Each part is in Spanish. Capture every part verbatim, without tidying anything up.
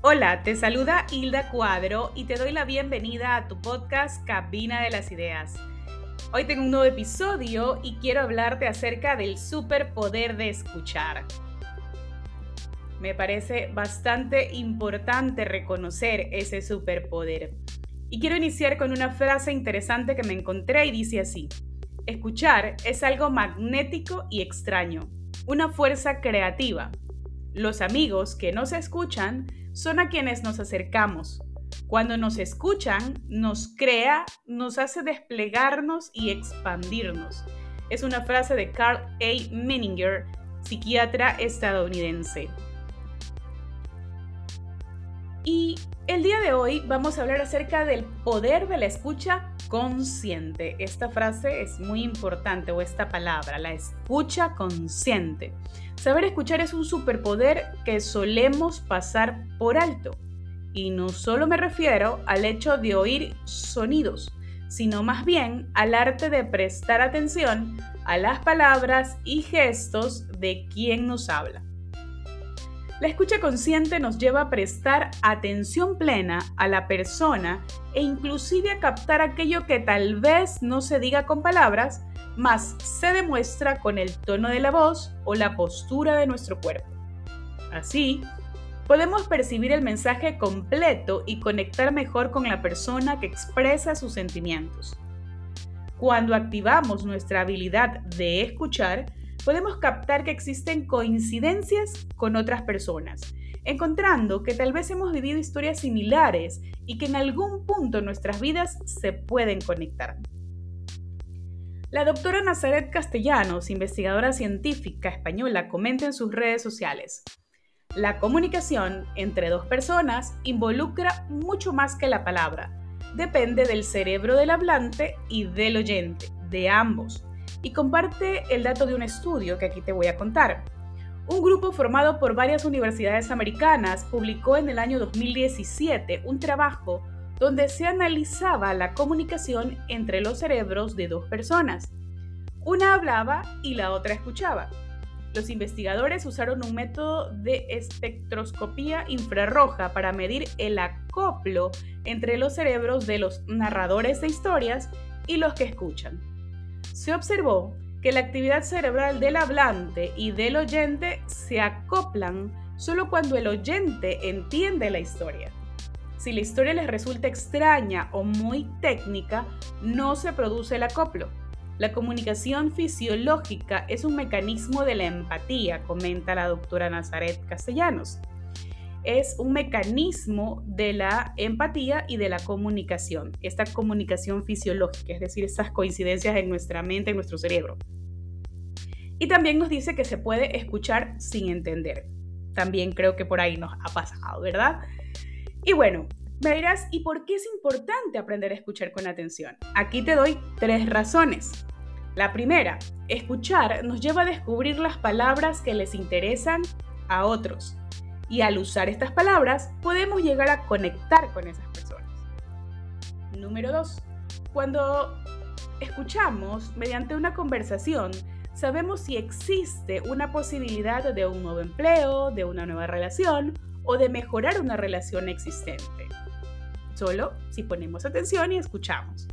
Hola, te saluda Hilda Cuadro y te doy la bienvenida a tu podcast Cabina de las Ideas. Hoy tengo un nuevo episodio y quiero hablarte acerca del superpoder de escuchar. Me parece bastante importante reconocer ese superpoder. Y quiero iniciar con una frase interesante que me encontré y dice así: escuchar es algo magnético y extraño, una fuerza creativa. Los amigos que nos escuchan son a quienes nos acercamos. Cuando nos escuchan, nos crea, nos hace desplegarnos y expandirnos. Es una frase de Carl A. Menninger, psiquiatra estadounidense. Y el día de hoy vamos a hablar acerca del poder de la escucha consciente. Esta frase es muy importante, o esta palabra, la escucha consciente. Saber escuchar es un superpoder que solemos pasar por alto. Y no solo me refiero al hecho de oír sonidos, sino más bien al arte de prestar atención a las palabras y gestos de quien nos habla. La escucha consciente nos lleva a prestar atención plena a la persona e inclusive a captar aquello que tal vez no se diga con palabras, mas se demuestra con el tono de la voz o la postura de nuestro cuerpo. Así, podemos percibir el mensaje completo y conectar mejor con la persona que expresa sus sentimientos. Cuando activamos nuestra habilidad de escuchar, podemos captar que existen coincidencias con otras personas, encontrando que tal vez hemos vivido historias similares y que en algún punto nuestras vidas se pueden conectar. La doctora Nazaret Castellanos, investigadora científica española, comenta en sus redes sociales: la comunicación entre dos personas involucra mucho más que la palabra. Depende del cerebro del hablante y del oyente, de ambos. Y comparte el dato de un estudio que aquí te voy a contar. Un grupo formado por varias universidades americanas publicó en el año dos mil diecisiete un trabajo donde se analizaba la comunicación entre los cerebros de dos personas. Una hablaba y la otra escuchaba. Los investigadores usaron un método de espectroscopía infrarroja para medir el acoplo entre los cerebros de los narradores de historias y los que escuchan. Se observó que la actividad cerebral del hablante y del oyente se acoplan solo cuando el oyente entiende la historia. Si la historia les resulta extraña o muy técnica, no se produce el acoplo. La comunicación fisiológica es un mecanismo de la empatía, comenta la doctora Nazaret Castellanos. Es un mecanismo de la empatía y de la comunicación, esta comunicación fisiológica, es decir, estas coincidencias en nuestra mente, en nuestro cerebro. Y también nos dice que se puede escuchar sin entender. También creo que por ahí nos ha pasado, ¿verdad? Y bueno, me dirás, ¿y por qué es importante aprender a escuchar con atención? Aquí te doy tres razones. La primera, escuchar nos lleva a descubrir las palabras que les interesan a otros. Y al usar estas palabras, podemos llegar a conectar con esas personas. Número dos, cuando escuchamos mediante una conversación, sabemos si existe una posibilidad de un nuevo empleo, de una nueva relación o de mejorar una relación existente. Solo si ponemos atención y escuchamos.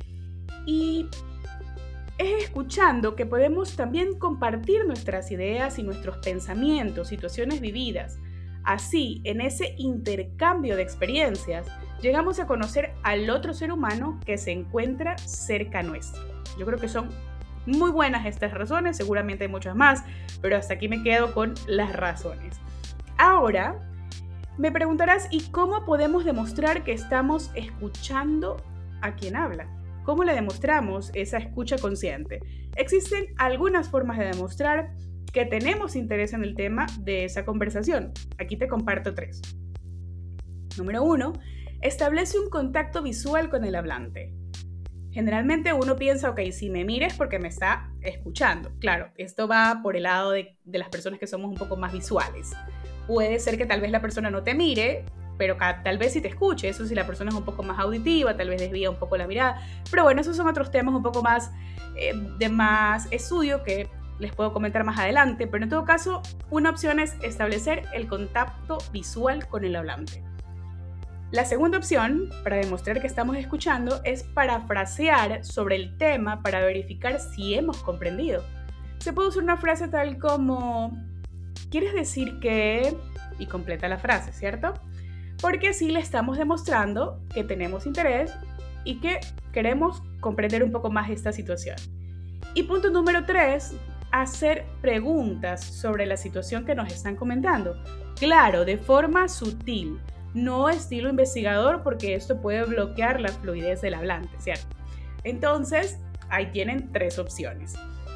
Y es escuchando que podemos también compartir nuestras ideas y nuestros pensamientos, situaciones vividas. Así, en ese intercambio de experiencias, llegamos a conocer al otro ser humano que se encuentra cerca nuestro. Yo creo que son muy buenas estas razones, seguramente hay muchas más, pero hasta aquí me quedo con las razones. Ahora, me preguntarás, ¿y cómo podemos demostrar que estamos escuchando a quien habla? ¿Cómo le demostramos esa escucha consciente? Existen algunas formas de demostrar que tenemos interés en el tema de esa conversación. Aquí te comparto tres. Número uno, establece un contacto visual con el hablante. Generalmente uno piensa, ok, si me mires porque me está escuchando. Claro, esto va por el lado de, de las personas que somos un poco más visuales. Puede ser que tal vez la persona no te mire, pero tal vez sí te escuche. Eso si la persona es un poco más auditiva, tal vez desvía un poco la mirada. Pero bueno, esos son otros temas un poco más eh, de más estudio que les puedo comentar más adelante, pero en todo caso, una opción es establecer el contacto visual con el hablante. La segunda opción, para demostrar que estamos escuchando, es parafrasear sobre el tema para verificar si hemos comprendido. Se puede usar una frase tal como, ¿quieres decir que...? Y completa la frase, ¿cierto? Porque así le estamos demostrando que tenemos interés y que queremos comprender un poco más esta situación. Y punto número tres, hacer preguntas sobre la situación que nos están comentando. Claro, de forma sutil. No estilo investigador, porque esto puede bloquear la fluidez del hablante, ¿cierto? Entonces, ahí tienen tres opciones.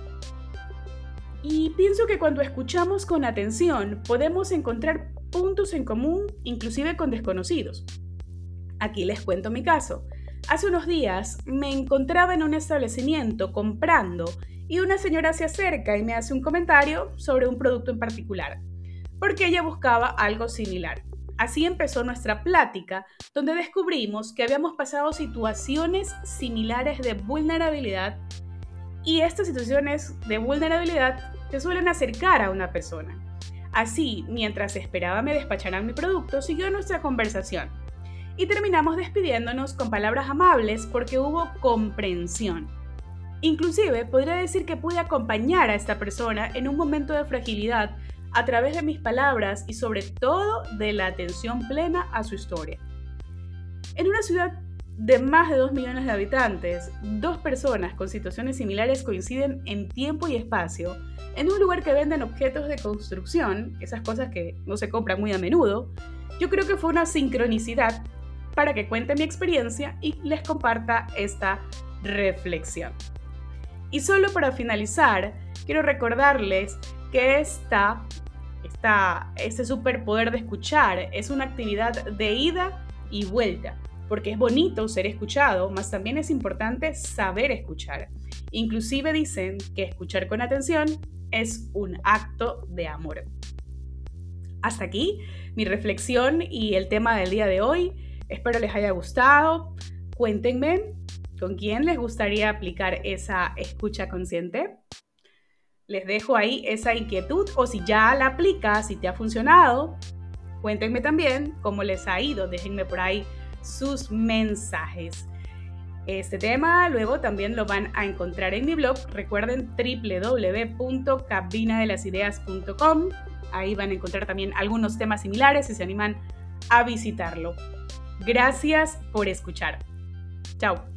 Y pienso que cuando escuchamos con atención, podemos encontrar puntos en común, inclusive con desconocidos. Aquí les cuento mi caso. Hace unos días me encontraba en un establecimiento comprando y una señora se acerca y me hace un comentario sobre un producto en particular, porque ella buscaba algo similar. Así empezó nuestra plática, donde descubrimos que habíamos pasado situaciones similares de vulnerabilidad y estas situaciones de vulnerabilidad te suelen acercar a una persona. Así, mientras esperaba me despacharan mi producto, siguió nuestra conversación y terminamos despidiéndonos con palabras amables porque hubo comprensión. Inclusive, podría decir que pude acompañar a esta persona en un momento de fragilidad a través de mis palabras y sobre todo de la atención plena a su historia. En una ciudad de más de dos millones de habitantes, dos personas con situaciones similares coinciden en tiempo y espacio en un lugar que venden objetos de construcción, esas cosas que no se compran muy a menudo. Yo creo que fue una sincronicidad para que cuente mi experiencia y les comparta esta reflexión. Y solo para finalizar, quiero recordarles que esta, esta, este superpoder de escuchar es una actividad de ida y vuelta, porque es bonito ser escuchado, mas también es importante saber escuchar. Inclusive dicen que escuchar con atención es un acto de amor. Hasta aquí mi reflexión y el tema del día de hoy. Espero les haya gustado. Cuéntenme con quién les gustaría aplicar esa escucha consciente. Les dejo ahí esa inquietud, o si ya la aplicas, si te ha funcionado, cuéntenme también cómo les ha ido. Déjenme por ahí sus mensajes. Este tema luego también lo van a encontrar en mi blog. Recuerden doble u doble u doble u punto cabina de las ideas punto com. Ahí van a encontrar también algunos temas similares si se animan a visitarlo. Gracias por escuchar. Chao.